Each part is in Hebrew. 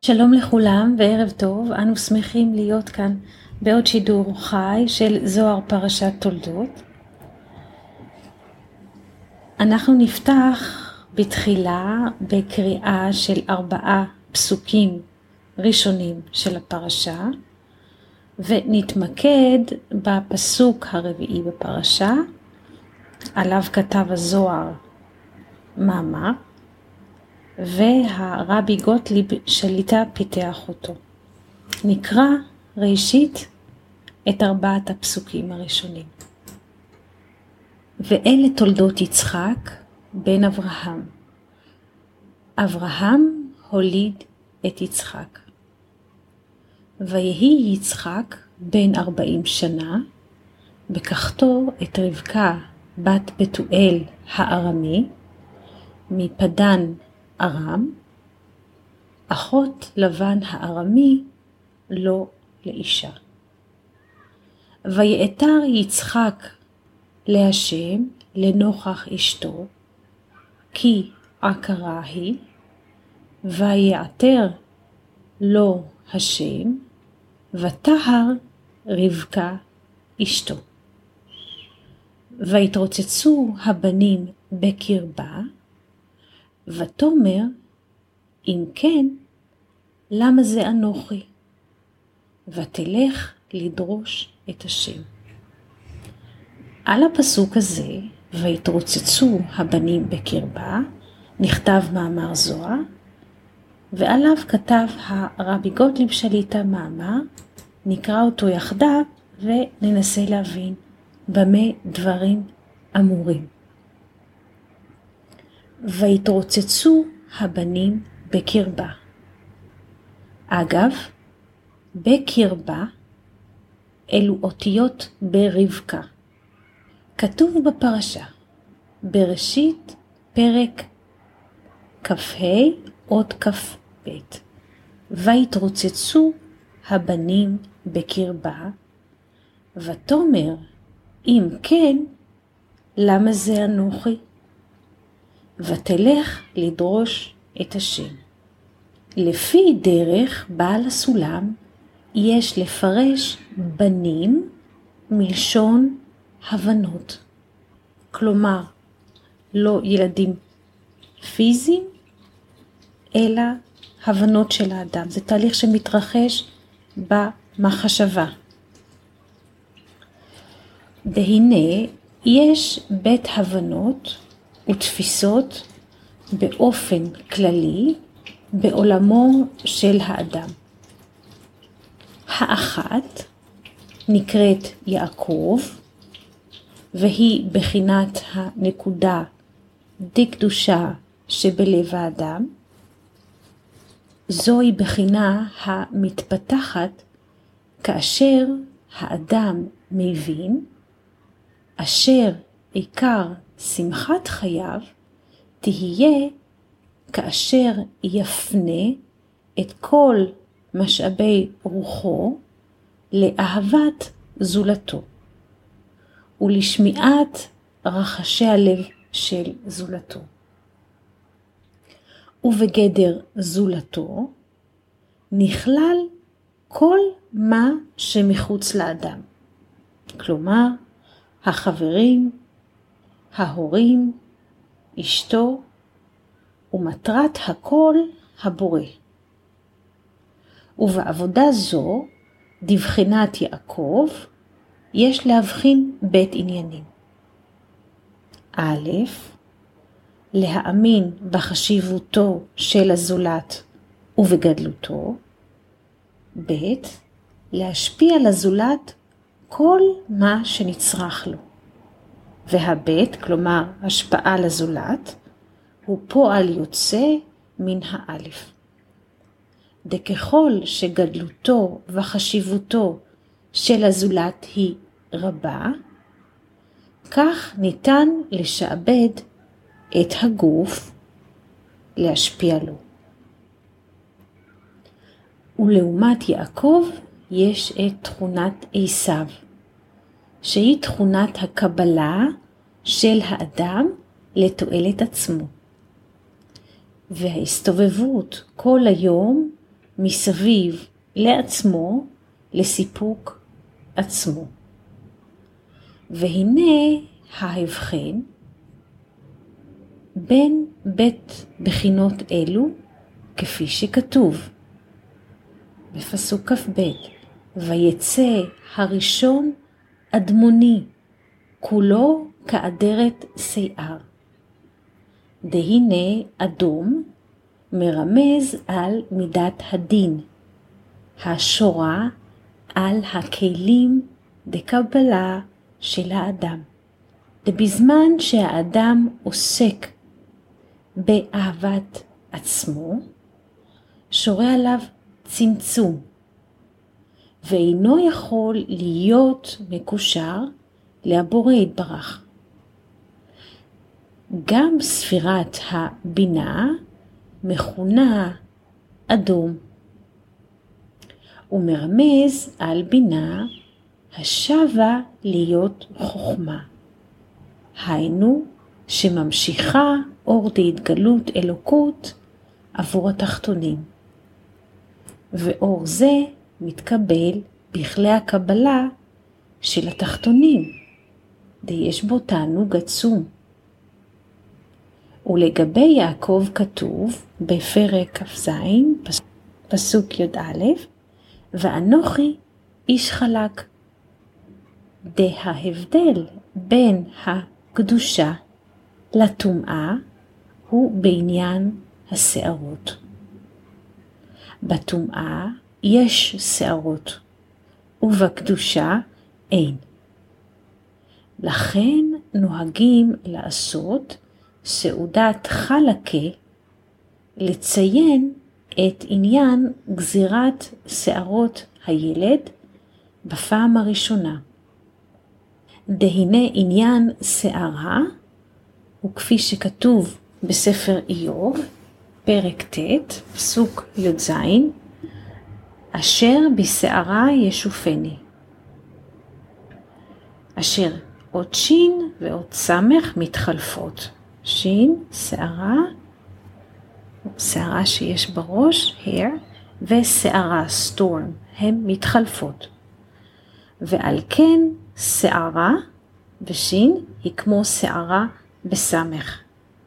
שלום לכולם וערב טוב, אנו שמחים להיות כאן בעוד שידור חי של זוהר פרשת תולדות. אנחנו נפתח בתחילה בקריאה של 4 פסוקים ראשונים של הפרשה, ונתמקד בפסוק הרביעי בפרשה, עליו כתב הזוהר מאמר, והרבי גוטליב שליטה פיתח אותו. נקרא ראשית את 4 הפסוקים הראשונים. ואלה תולדות יצחק בן אברהם. אברהם הוליד את יצחק. ויהי יצחק בן 40 שנה, בקחתו את רבקה בת בתואל הארמי, מפדן ארם, אחות לבן הארמי לא לאישה. ויעתר יצחק להשם לנוכח אשתו, כי עקרה היא, ויעתר לו השם, ותהר רבקה אשתו. ויתרוצצו הבנים בקרבה, ותאמר, אם כן, למה זה אנוכי? ותלך לדרוש את השם. על הפסוק הזה, ויתרוצצו הבנים בקרבה, נכתב מאמר זוהר, ועליו כתב הרבי גוטליב שליטה מאמר, נקרא אותו יחדיו וננסה להבין במה דברים אמורים. ויתרוצצו הבנים בקרבה. אגב, בקרבה אלו אותיות ברבקה. כתוב בפרשה, בראשית פרק כ"ה עוד כ"ב. ויתרוצצו הבנים בקרבה, ותאמר, אם כן, למה זה אנוכי? ותלך לדרוש את השם. לפי דרך בעל הסולם, יש לפרש בנים מלשון הבנות. כלומר, לא ילדים פיזיים, אלא הבנות של האדם. זה תהליך שמתרחש במחשבה. והנה, יש בית הבנות ותפיסות באופן כללי בעולמו של האדם. האחת נקראת יעקב, והיא בחינת הנקודה דקדושה שבלב האדם. זוהי בחינה המתפתחת כאשר האדם מבין אשר עיקר שמחת חייו תהיה כאשר יפנה את כל משאבי רוחו לאהבת זולתו ולשמיעת רחשי הלב של זולתו. ובגדר זולתו נכלל כל מה שמחוץ לאדם. כלומר, החברים, ההורים, אשתו, ומטרת הכל הבורא. ובעבודה זו, דבחינת יעקב, יש להבחין בית עניינים. א', להאמין בחשיבותו של הזולת ובגדלותו. ב', להשפיע על הזולת כל מה שנצרך לו. והבית, כלומר השפעה לזולת, הוא פועל יוצא מן האלף. דככל שגדלותו וחשיבותו של הזולת היא רבה, כך ניתן לשעבד את הגוף להשפיע לו. ולעומת יעקב יש את תכונת עשיו, שהיא תכונת הקבלה של האדם לתועלת עצמו. וההסתובבות כל היום מסביב לעצמו לסיפוק עצמו. והנה ההבחן בין בית בחינות אלו כפי שכתוב בפסוק כ"ב, ויצא הראשון אדמוני כולו כאדרת שיער. דהנה אדום מרמז על מידת הדין, השורה על הכלים דקבלה של האדם. ובזמן שהאדם עוסק באהבת עצמו, שורה עליו צמצום, ואינו יכול להיות מקושר לבורא יתברך. גם ספירת הבינה מכונה אדום, ומרמז על בינה השווה להיות חוכמה, היינו שממשיכה אור דהתגלות אלוקות עבור התחתונים. ואור זה מתקבל בכלי הקבלה של התחתונים, יש בו תענוג עצום. ולגבי יעקב כתוב בפרק כ"ז פסוק י"א, ואנוכי איש חלק. ההבדל בין הקדושה לטומאה הוא בעניין השערות. בטומאה יש שערות ובקדושה אין. לכן נוהגים לעשות סעודת חלקה, לציין את עניין גזירת שערות הילד בפעם הראשונה. דהנה עניין שערה, וכפי שכתוב בספר איוב, פרק ט', פסוק י"ז, אשר בשערה ישופני. אשר עוד שין ועוד סמך מתחלפות. שין, שערה, שערה שיש בראש, hair, ושערה, storm, הן מתחלפות. ועל כן שערה בשין היא כמו שערה בסמך.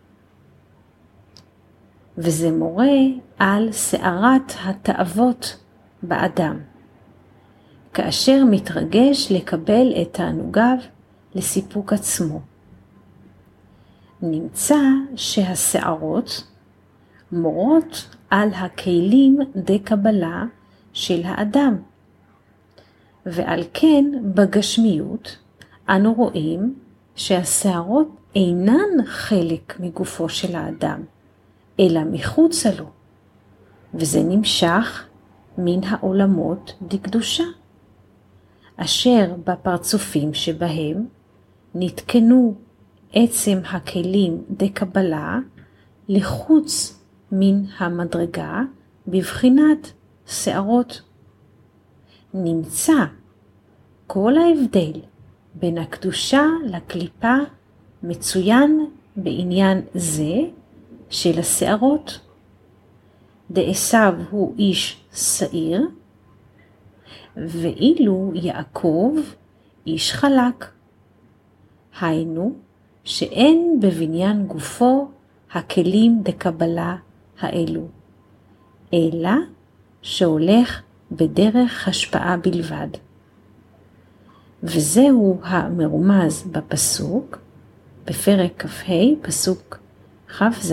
וזה מורה על שערת התאוות באדם, כאשר מתרגש לקבל את תענוגיו לסיפוק עצמו. נמצא שהשערות מורות על הכלים דקבלה של האדם, ועל כן בגשמיות אנו רואים שהשערות אינן חלק מגופו של האדם, אלא מחוצה לו, וזה נמשך מן העולמות דקדושה, אשר בפרצופים שבהם נתקנו עצם הכלים דקבלה לחוץ מן המדרגה בבחינת שערות. נמצא כל ההבדל בין הקדושה לקליפה מצוין בעניין זה של השערות. דעשיו הוא איש שעיר, ואילו יעקב איש חלק. היינו שאין בבניין גופו הכלים דקבלה האלו, אלא שהולך בדרך השפעה בלבד. וזהו המרומז בפסוק, בפרק כ"ה, פסוק כ"ז,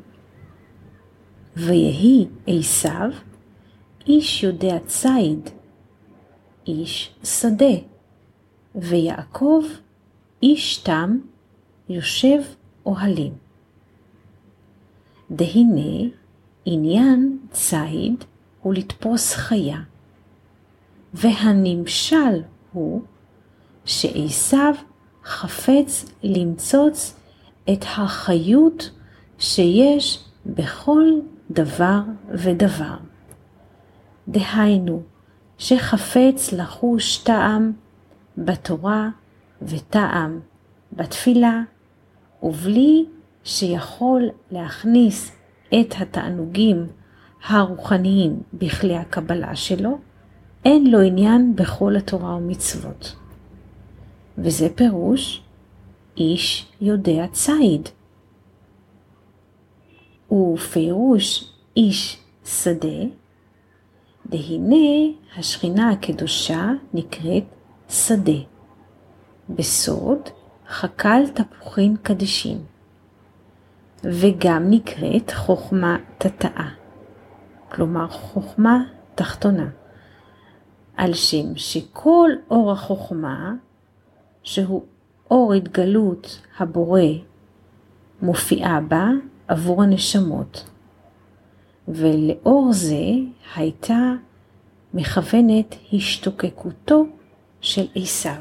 ויהי עשיו איש יודע ציד, איש שדה, ויעקב איש תם יושב אוהלים. דהנה עניין ציד הוא לתפוס חיה, והנמשל הוא שעשיו חפץ למצוץ את החיות שיש בכל דבר ודבר. דהיינו שחפץ לחוש טעם בתורה וטעם בתפילה, ובלי שיכול להכניס את התענוגים הרוחניים בכלי הקבלה שלו, אין לו עניין בכל התורה ומצוות. וזה פירוש איש יודע ציד. ופירוש איש שדה, דהנה השכינה הקדושה נקראת שדה. בסוד חקל תפוחין קדשים, וגם נקראת חוכמה תתאה, כלומר חוכמה תחתונה, על שם שכל אור החוכמה, שהוא אור התגלות הבורא, מופיעה בה עבור הנשמות, ולאור זה הייתה מכוונת השתוקקותו של עשיו.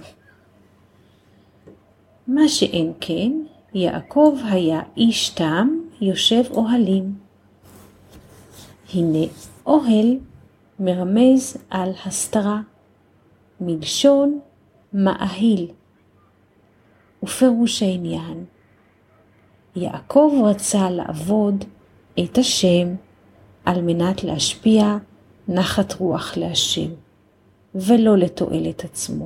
מה שאין כן, יעקב היה איש תם יושב אוהלים. הנה אוהל מרמז על הסתרה, מלשון מאהיל. ופירוש העניין, יעקב רצה לעבוד את השם על מנת להשפיע נחת רוח להשם, ולא לתועלת עצמו.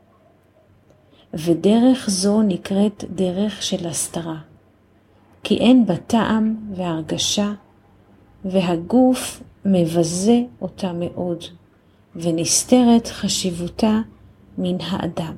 ודרך זו נקראת דרך של הסתרה, כי אין בה טעם והרגשה, והגוף מבזה אותה מאוד, ונסתרת חשיבותה מן האדם.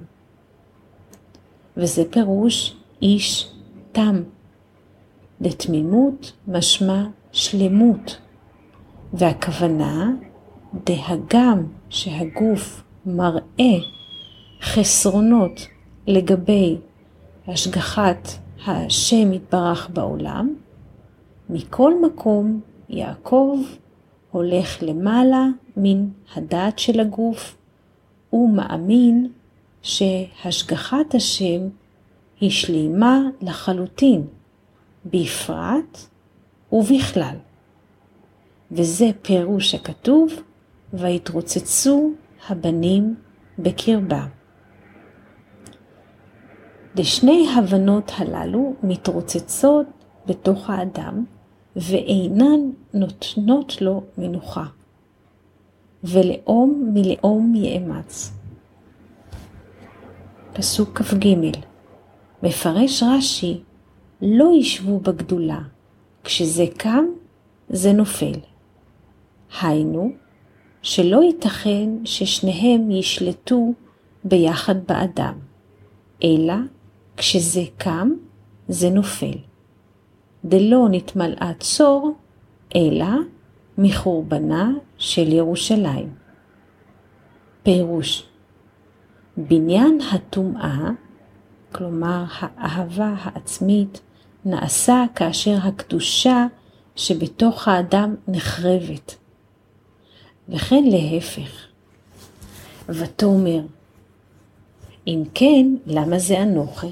וזה פירוש איש תם. לתמימות משמע שלמות, והכוונה דהגם שהגוף מראה חסרונות לגבי השגחת השם יתברך בעולם, מכל מקום יעקב הולך למעלה מן הדעת של הגוף, ומאמין שהשגחת השם היא שלמה לחלוטין, בפרט ובכלל. וזה פירוש הכתוב, ויתרוצצו הבנים בקרבה. לשני הבנות הללו מתרוצצות בתוך האדם, ואינן נותנות לו מנוחה. ולאום מלאום יאמץ. פסוק כ"ג. מפרש רש"י, לא ישבו בגדולה, כשזה קם זה נופל. היינו, שלא ייתכן ששניהם ישלטו ביחד באדם, אלא כשזה קם זה נופל. דלא נתמלאה צור, אלא מחורבנה של ירושלים. פירוש, בניין הטומאה, כלומר האהבה העצמית, נעשה כאשר הקדושה שבתוך האדם נחרבת. וכן להפך. ותאמר, אם כן, למה זה אנוכי?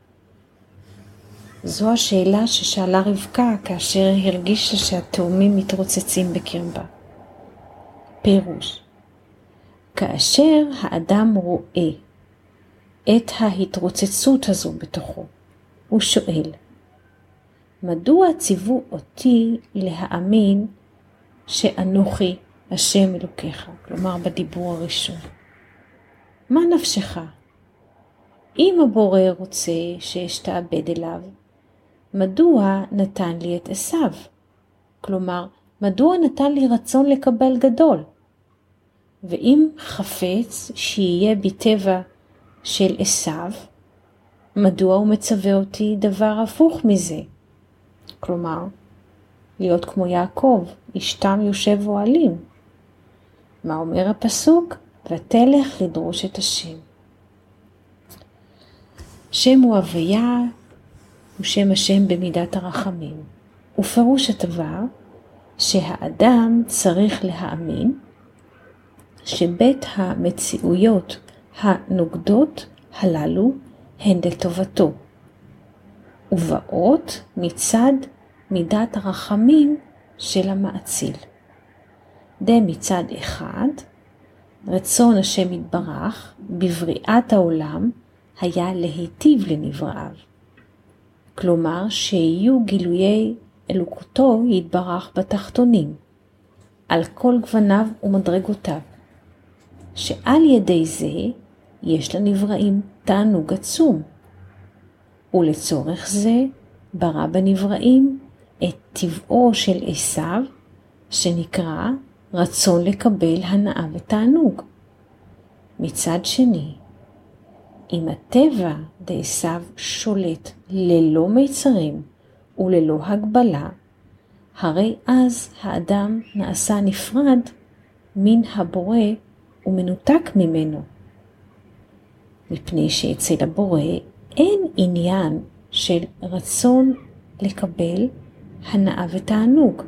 זו השאלה ששאלה רבקה כאשר הרגישה שהתאומים מתרוצצים בקרבה. פירוש, כאשר האדם רואה את ההתרוצצות הזו בתוכו, הוא שואל, מדוע ציוו אותי להאמין שאנוכי השם אלוקיך? כלומר בדיבור הראשון. מה נפשך? אם הבורא רוצה שאשתעבד אליו, מדוע נתן לי את עשיו? כלומר, מדוע נתן לי רצון לקבל גדול? ואם חפץ שיהיה בטבע של עשיו, מדוע הוא מצווה אותי דבר הפוך מזה? כלומר, להיות כמו יעקב, אשתם יושב אוהלים. מה אומר הפסוק? ותלך לדרוש את השם. שם הוא הוויה, הוא שם השם במידת הרחמים. ופירוש הדבר שהאדם צריך להאמין שבית המציאויות הנוגדות הללו הן לטובתו, ובאות מצד מידת הרחמים של המאציל. מצד אחד, רצון השם יתברך בבריאת העולם היה להיטיב לנבראיו. כלומר שיהיו גילויי אלוקותו יתברך בתחתונים. על כל גווניו ומדרגותיו, שעל ידי זה יש לנבראים תענוג עצום, ולצורך זה ברא בנבראים את טבעו של עשיו, שנקרא רצון לקבל הנאה ותענוג. מצד שני, אם הטבע דעשיו שולט ללא מיצרים וללא הגבלה, הרי אז האדם נעשה נפרד מן הבורא ומנותק ממנו. מפני שאצל הבורא אין עניין של רצון לקבל הנאה ותענוג.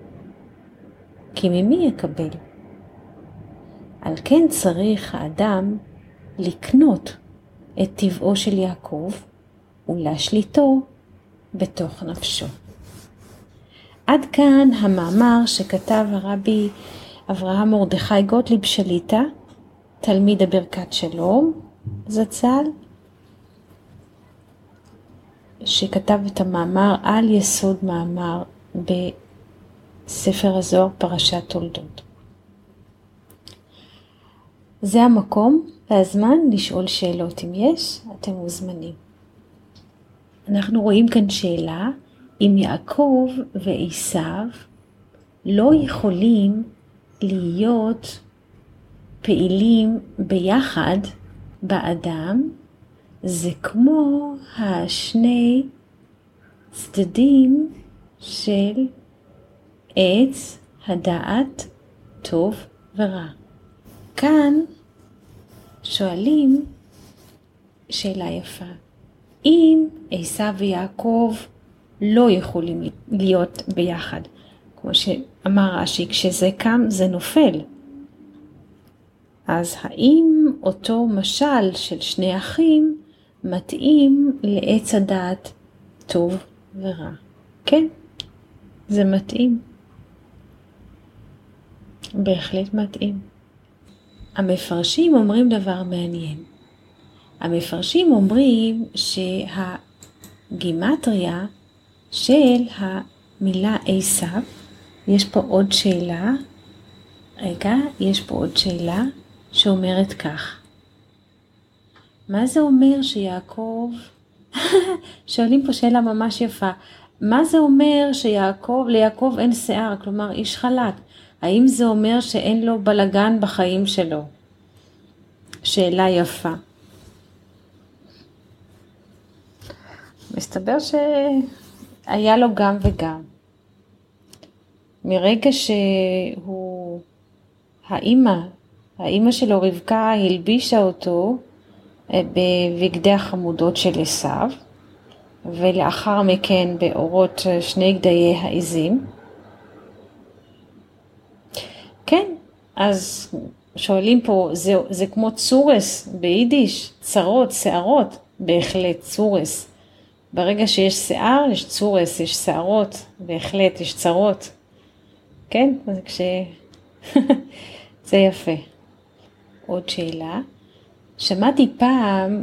כי ממי יקבל? על כן צריך האדם לקנות את טבעו של יעקב ולהשליטו בתוך נפשו. עד כאן המאמר שכתב הרבי אברהם מרדכי גוטליב שליט"א, תלמיד הברכת שלום זצ"ל, שכתב את המאמר על יסוד מאמר בספר הזוהר פרשת תולדות. זה המקום והזמן לשאול שאלות. אם יש, אתם מוזמנים. אנחנו רואים כאן שאלה, אם יעקב ועשיו לא יכולים להיות פעילים ביחד באדם, זה כמו השני צדדים של עץ הדעת טוב ורע. כאן שואלים שאלה יפה. אם עשיו ויעקב לא יכולים להיות ביחד, כמו שאמר רש"י, כשזה קם זה נופל, אז האם אותו משל של שני אחים מתאים לעץ הדעת טוב ורע? כן, זה מתאים. בהחלט מתאים. המפרשים אומרים דבר מעניין. המפרשים אומרים שהגימטריה של המילה עשיו, יש פה עוד שאלה, יש פה עוד שאלה שאומרת כך. מה זה אומר שיעקב, שואלים פה שאלה ממש יפה, מה זה אומר ליעקב אין שיער, כלומר איש חלק? האם זה אומר שאין לו בלגן בחיים שלו? שאלה יפה. מסתבר שהיה לו גם וגם. מרגע שהוא, האמא שלו רבקה הלבישה אותו בבגדי החמודות של עשיו, ולאחר מכן באורות שני גדיי העזים. כן, אז שואלים פה, זה כמו צורס ביידיש, צרות, שערות, בהחלט צורס. ברגע שיש שיער, יש צורס, יש שערות, בהחלט יש צרות. כן, אז זה יפה. עוד שאלה. שמעתי פעם,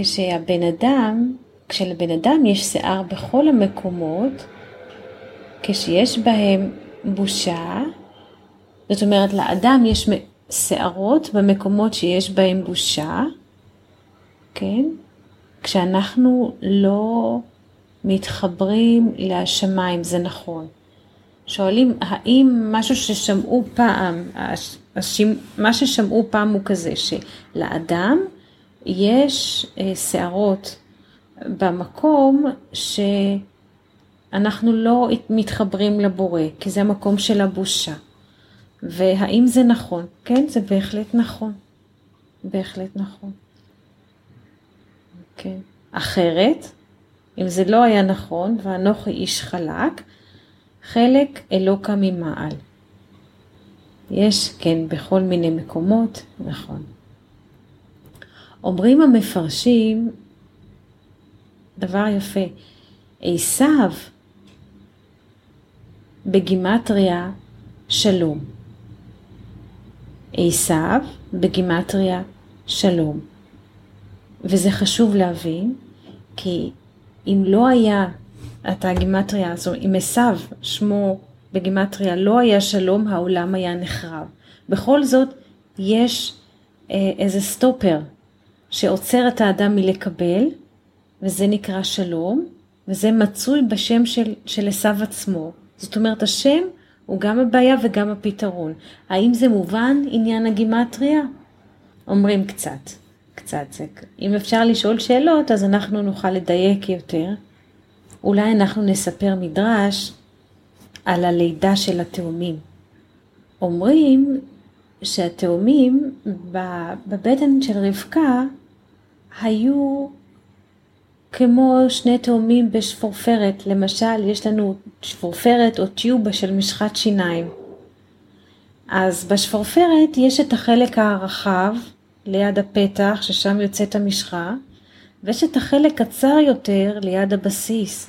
כשלבן אדם יש שיער בכל המקומות, כשיש בהם בושה, זאת אומרת, לאדם יש שערות במקומות שיש בהם בושה, כן? כשאנחנו לא מתחברים לשמיים, זה נכון. שואלים, האם משהו ששמעו פעם, מה ששמעו פעם הוא כזה, שלאדם יש שערות במקום שאנחנו לא מתחברים לבורא, כי זה המקום של הבושה. והאם זה נכון? כן, זה בהחלט נכון. בהחלט נכון. כן. אחרת, אם זה לא היה נכון, ואנוכי איש חלק, חלק אלוקה ממעל. יש, כן, בכל מיני מקומות, נכון. אומרים המפרשים, דבר יפה, עשיו בגימטריה שלום. עשיו בגימטריה שלום. וזה חשוב להבין, כי אם לא היה את הגימטריה הזו, אם עשיו שמו בגימטריה לא היה שלום, העולם היה נחרב. בכל זאת יש איזה סטופר שעוצר את האדם מלקבל, וזה נקרא שלום, וזה מצוי בשם של עשיו עצמו. זאת אומרת, השם הוא גם הבעיה וגם הפתרון. האם זה מובן עניין הגימטריה? אומרים קצת זה. אם אפשר לשאול שאלות, אז אנחנו נוכל לדייק יותר. אולי אנחנו נספר מדרש על הלידה של התאומים. אומרים שהתאומים בבטן של רבקה היו כמו שני תאומים בשפורפרת. למשל, יש לנו שפורפרת או טיובה של משחת שיניים. אז בשפורפרת יש את החלק הרחב ליד הפתח, ששם יוצאת המשחה, ויש את החלק קצר יותר ליד הבסיס.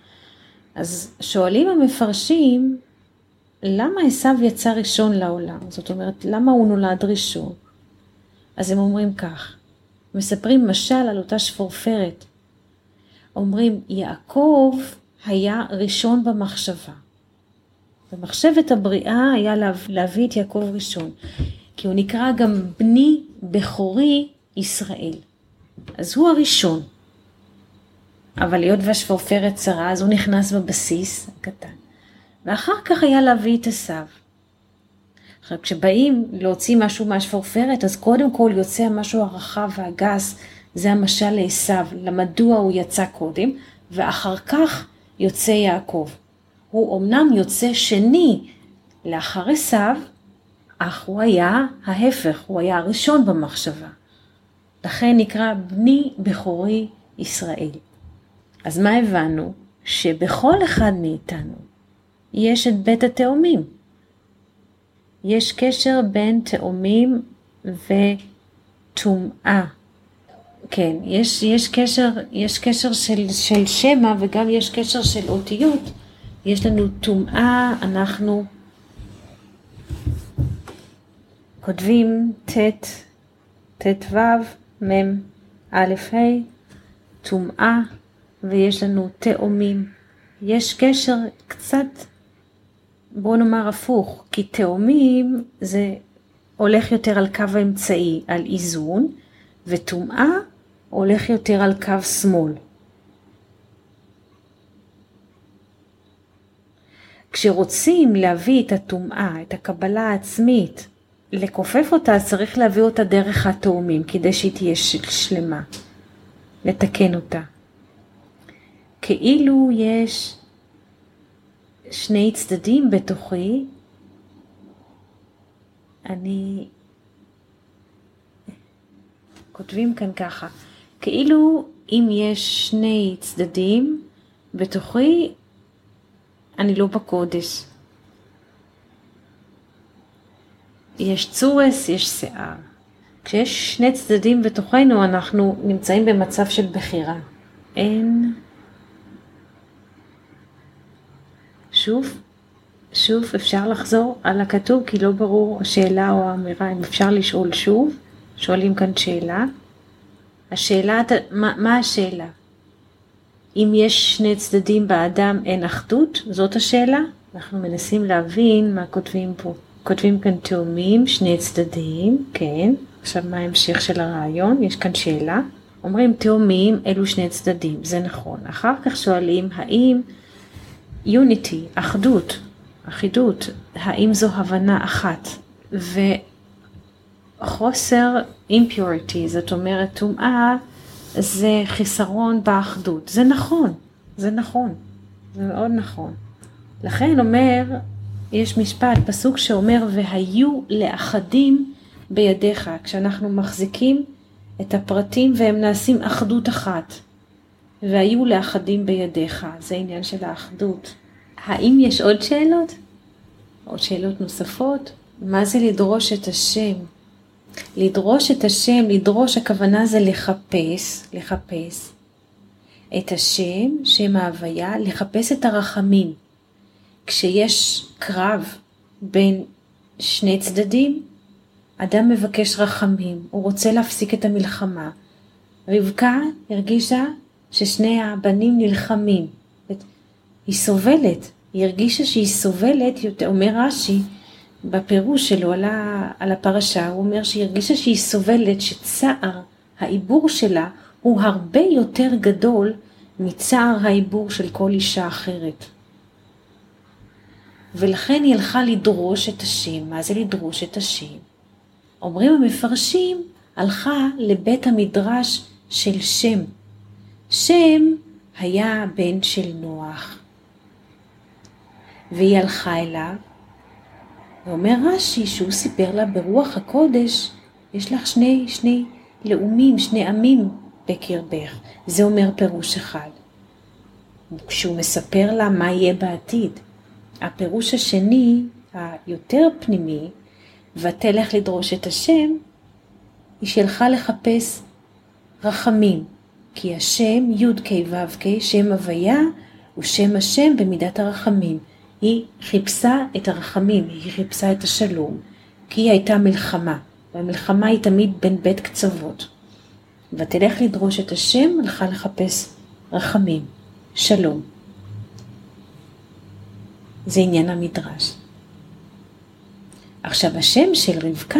אז שואלים המפרשים, למה עשיו יצא ראשון לעולם? זאת אומרת, למה הוא נולד ראשון? אז הם אומרים כך, מספרים משל על אותה שפורפרת. אומרים, יעקב היה ראשון במחשבה. במחשבת הבריאה היה להביא את יעקב ראשון, כי הוא נקרא גם בני בכורי ישראל. אז הוא הראשון. אבל היות והשפורפרת צרה, אז הוא נכנס בבסיס הקטן. ואחר כך היה להביא את עשיו. עכשיו, כשבאים להוציא משהו מהשפורפרת, אז קודם כל יוצא משהו הרחב והגס, זה המשל לעשיו, למדוע הוא יצא קודם, ואחר כך יוצא יעקב. הוא אמנם יוצא שני לאחר עשיו, אך הוא היה ההפך, הוא היה הראשון במחשבה. לכן נקרא בני בכורי ישראל. אז מה הבנו? שבכל אחד מאיתנו יש את בית התאומים. יש קשר בין תאומים וטומאה. כן, יש קשר של שמה וגם יש קשר של אותיות. יש לנו טומאה, אנחנו כותבים ט"ו, מ' א' ה', טומאה, ויש לנו תאומים. יש קשר קצת, בוא נאמר הפוך, כי תאומים זה הולך יותר על קו האמצעי, על איזון, וטומאה הולך יותר על קו שמאל. כשרוצים להביא את הטומאה, את הקבלה העצמית, לכופף אותה, צריך להביא אותה דרך התאומים, כדי שהיא תהיה שלמה, לתקן אותה. כאילו יש שני צדדים בתוכי, אני כותבים כאן ככה, כאילו אם יש שני צדדים בתוכי, אני לא בקודש. יש צורס, יש שיער. כשיש שני צדדים בתוכנו, אנחנו נמצאים במצב של בחירה. אין. שוב אפשר לחזור על הכתוב, כי לא ברור השאלה או האמירה. אם אפשר לשאול שוב, שואלים כאן שאלה. השאלה, מה השאלה? אם יש שני צדדים באדם אין אחדות, זאת השאלה. אנחנו מנסים להבין מה כותבים פה. כותבים כאן תאומים, שני צדדים, כן. עכשיו מה ההמשך של הרעיון? יש כאן שאלה. אומרים תאומים, אלו שני צדדים, זה נכון. אחר כך שואלים, האם unity, אחידות, האם זו הבנה אחת? וחוסר impurity, זאת אומרת טומאה, זה חיסרון באחדות. זה נכון, זה מאוד נכון. לכן אומר, יש משפט, פסוק שאומר, והיו לאחדים בידיך, כשאנחנו מחזיקים את הפרטים והם נעשים אחדות אחת. והיו לאחדים בידיך, זה עניין של האחדות. האם יש עוד שאלות? עוד שאלות נוספות? מה זה לדרוש את השם? לדרוש את השם, לדרוש הכוונה זה לחפש את השם, שם ההוויה, לחפש את הרחמים. כשיש קרב בין שני צדדים, אדם מבקש רחמים, הוא רוצה להפסיק את המלחמה. רבקה הרגישה ששני הבנים נלחמים. היא סובלת, היא הרגישה שהיא סובלת, אומר רש"י, בפירוש שלו על הפרשה, הוא אומר שהיא הרגישה שהיא סובלת, שצער העיבור שלה הוא הרבה יותר גדול מצער העיבור של כל אישה אחרת. ולכן היא הלכה לדרוש את השם. מה זה לדרוש את השם? אומרים המפרשים, הלכה לבית המדרש של שם. שם היה בן של נוח. והיא הלכה אליו, ואומר רש"י שהוא סיפר לה ברוח הקודש, יש לך שני לאומים, שני עמים בקרבך. זה אומר פירוש אחד. כשהוא מספר לה מה יהיה בעתיד. הפירוש השני, היותר פנימי, ותלך לדרוש את השם, היא שלחה לחפש רחמים. כי השם י' כ' ו' כ', שם הוויה, הוא שם השם במידת הרחמים. היא חיפשה את הרחמים, היא חיפשה את השלום, כי היא הייתה מלחמה, והמלחמה היא תמיד בין בית קצוות. ותלך לדרוש את השם, הלכה לחפש רחמים, שלום. זה עניין המדרש. עכשיו השם של רבקה,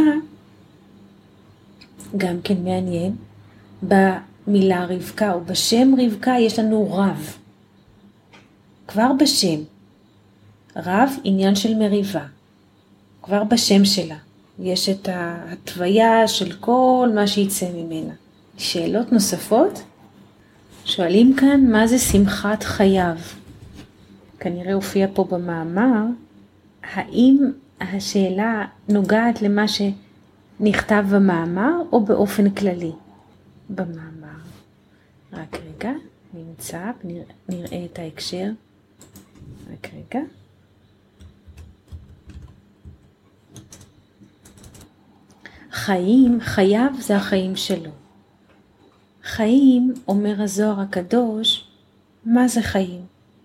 גם כן מעניין, במילה רבקה או בשם רבקה יש לנו רב. כבר בשם. רב עניין של מריבה. כבר בשם שלה. יש את ההתוויה של כל מה שיצא ממנה. שאלות נוספות? שואלים כאן מה זה שמחת חייו. כנראה הופיע פה במאמר. האם השאלה נוגעת למה שנכתב במאמר או באופן כללי? במאמר. רק רגע, נמצא, נראה את ההקשר. רק רגע. חיים, חייו זה החיים שלו. חיים, אומר הזוהר הקדוש, מה זה חיים?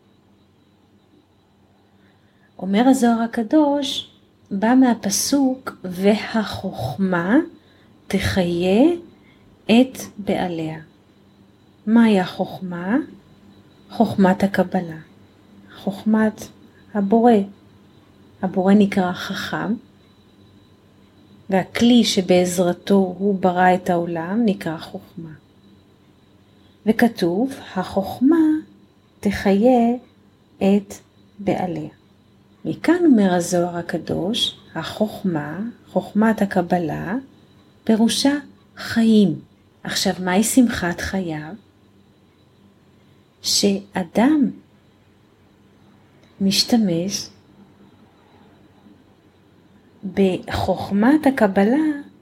אומר הזוהר הקדוש, בא מהפסוק, והחוכמה תחיה את בעליה. מהי החוכמה? חוכמת הקבלה. חוכמת הבורא. הבורא נקרא חכם, והכלי שבעזרתו הוא ברא את העולם נקרא חוכמה. וכתוב, החוכמה תחיה את בעליה. מכאן אומר הזוהר הקדוש, החוכמה, חוכמת הקבלה, פירושה חיים. עכשיו, מהי שמחת חייו? שאדם משתמש בחוכמת הקבלה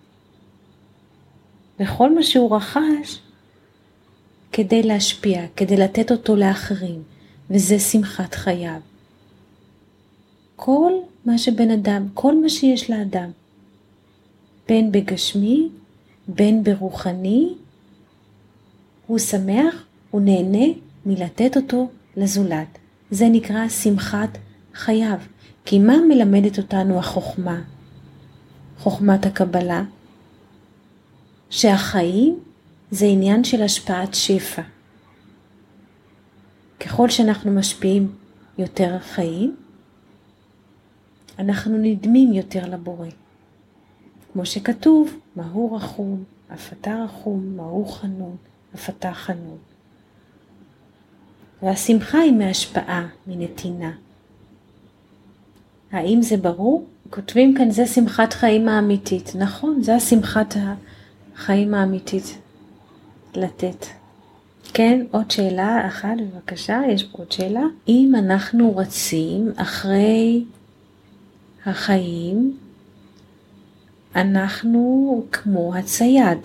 בכל מה שהוא רכש כדי להשפיע, כדי לתת אותו לאחרים, וזה שמחת חייו. כל מה שבן אדם, כל מה שיש לאדם, בין בגשמי, בין ברוחני, הוא שמח, הוא נהנה מלתת אותו לזולת. זה נקרא שמחת חייו. כי מה מלמדת אותנו החוכמה? חוכמת הקבלה? שהחיים זה עניין של השפעת שפע. ככל שאנחנו משפיעים יותר חיים, אנחנו נדמים יותר לבורא. כמו שכתוב, מהו רחום, אף אתה רחום, מהו חנון, אף אתה חנון. והשמחה היא מהשפעה, מנתינה. האם זה ברור? כותבים כאן, זה שמחת חיים האמיתית. נכון, זה שמחת החיים האמיתית. לתת. כן, עוד שאלה אחת, בבקשה, יש פה עוד שאלה. אם אנחנו רצים אחרי החיים, אנחנו כמו הצייד.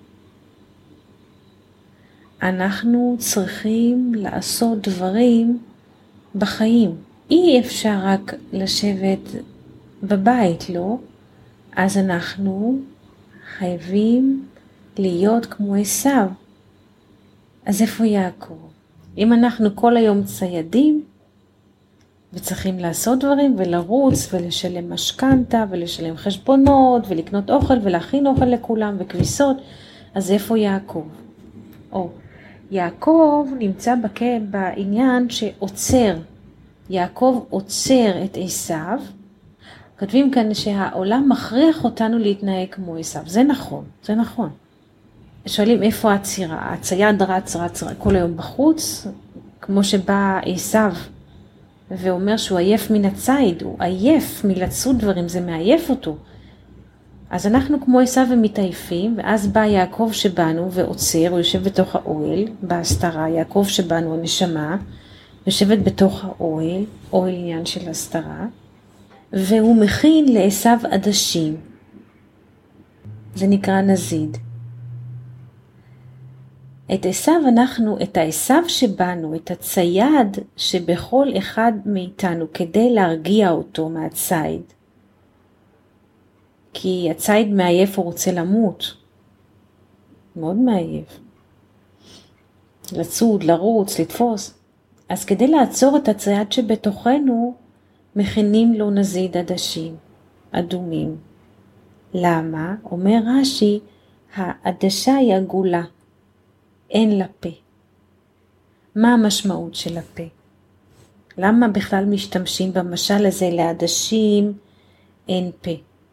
אנחנו צריכים לעשות דברים בחיים. אי אפשר רק לשבת בבית, לא? אז אנחנו חייבים להיות כמו עשיו. אז איפה יעקב? אם אנחנו כל היום ציידים, וצריכים לעשות דברים ולרוץ ולשלם משכנתה ולשלם חשבונות ולקנות אוכל ולהכין אוכל לכולם וכביסות, אז איפה יעקב? יעקב נמצא בעניין שעוצר, יעקב עוצר את עשיו, כותבים כאן שהעולם מכריח אותנו להתנהג כמו עשיו. זה נכון, זה נכון. שואלים איפה העצירה? הצייד רץ כל היום בחוץ, כמו שבא עשיו ואומר שהוא עייף מן הציד, הוא עייף מלצוד דברים, זה מעייף אותו. אז אנחנו כמו עשיו ומתעייפים, ואז בא יעקב שבנו ועוצר, הוא יושב בתוך האוהל, בהסתרה, יעקב שבנו הנשמה, יושבת בתוך האוהל, אוהל עניין של הסתרה, והוא מכין לעשיו עדשים. זה נקרא נזיד. את העשיו שבנו, את הצייד שבכל אחד מאיתנו, כדי להרגיע אותו מהציד, כי הציד מעייף, הוא רוצה למות. מאוד מעייף. לצוד, לרוץ, לתפוס. אז כדי לעצור את הצייד שבתוכנו, מכינים לו נזיד עדשים, אדומים. למה? אומר רש"י, העדשה היא עגולה. אין לה פה. מה המשמעות של הפה? למה בכלל משתמשים במשל הזה לעדשים אין פה?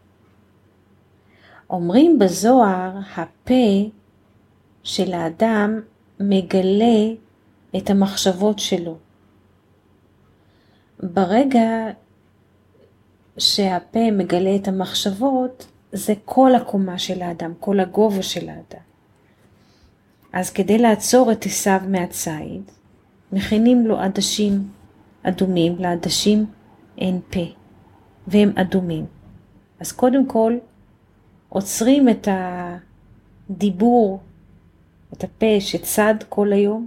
אומרים בזוהר, הפה של האדם מגלה את המחשבות שלו. ברגע שהפה מגלה את המחשבות, זה כל הקומה של האדם, כל הגובה של האדם. אז כדי לעצור את עשיו מהציד, מכינים לו עדשים אדומים, לעדשים אין פה, והם אדומים. אז קודם כל, עוצרים את הדיבור, את הפה שצד כל היום,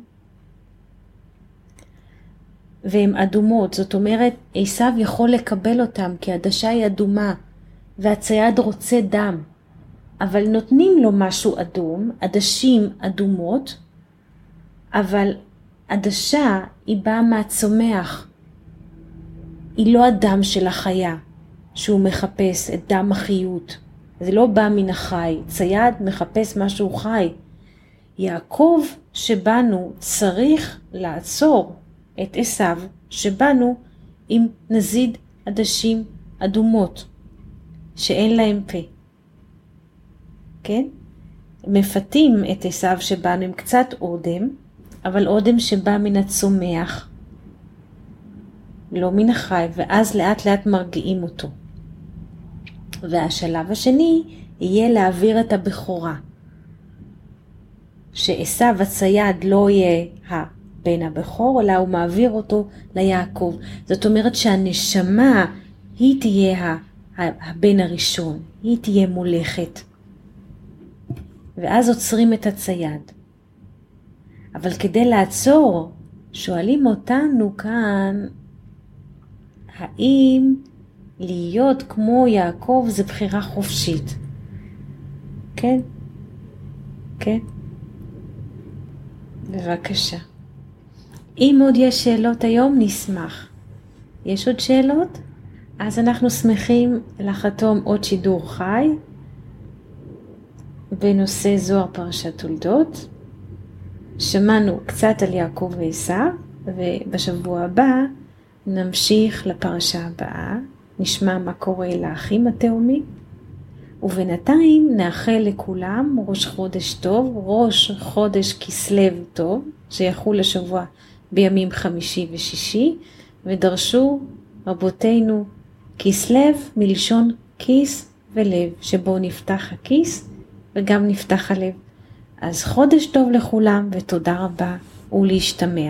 והן אדומות, זאת אומרת, עשיו יכול לקבל אותם, כי העדשה היא אדומה, והצייד רוצה דם, אבל נותנים לו משהו אדום, עדשים אדומות, אבל עדשה היא באה מהצומח, היא לא הדם של החיה, שהוא מחפש את דם החיות, זה לא בא מן החי, צייד מחפש משהו חי. יעקב שבנו צריך לעצור את עשיו שבנו עם נזיד עדשים אדומות, שאין להם פה. כן? מפתים את עשיו שבנו עם קצת אודם, אבל אודם שבא מן הצומח, לא מן החי, ואז לאט לאט מרגיעים אותו. והשלב השני יהיה להעביר את הבכורה. שעשיו הצייד לא יהיה הבן הבכור, אלא הוא מעביר אותו ליעקב. זאת אומרת שהנשמה היא תהיה הבן הראשון, היא תהיה מולכת. ואז עוצרים את הצייד. אבל כדי לעצור, שואלים אותנו כאן, האם להיות כמו יעקב זה בחירה חופשית? כן? כן? בבקשה. אם עוד יש שאלות היום, נשמח. יש עוד שאלות? אז אנחנו שמחים לחתום עוד שידור חי בנושא זוהר פרשת תולדות. שמענו קצת על יעקב ועשיו, ובשבוע הבא נמשיך לפרשה הבאה, נשמע מה קורה לאחים התאומים, ובינתיים נאחל לכולם ראש חודש טוב, ראש חודש כסלו טוב, שיחול לשבוע בימים חמישי ושישי, ודרשו רבותינו כסלו מלשון כיס ולב, שבו נפתח הכיס וגם נפתח הלב. אז חודש טוב לכולם ותודה רבה ולהשתמע.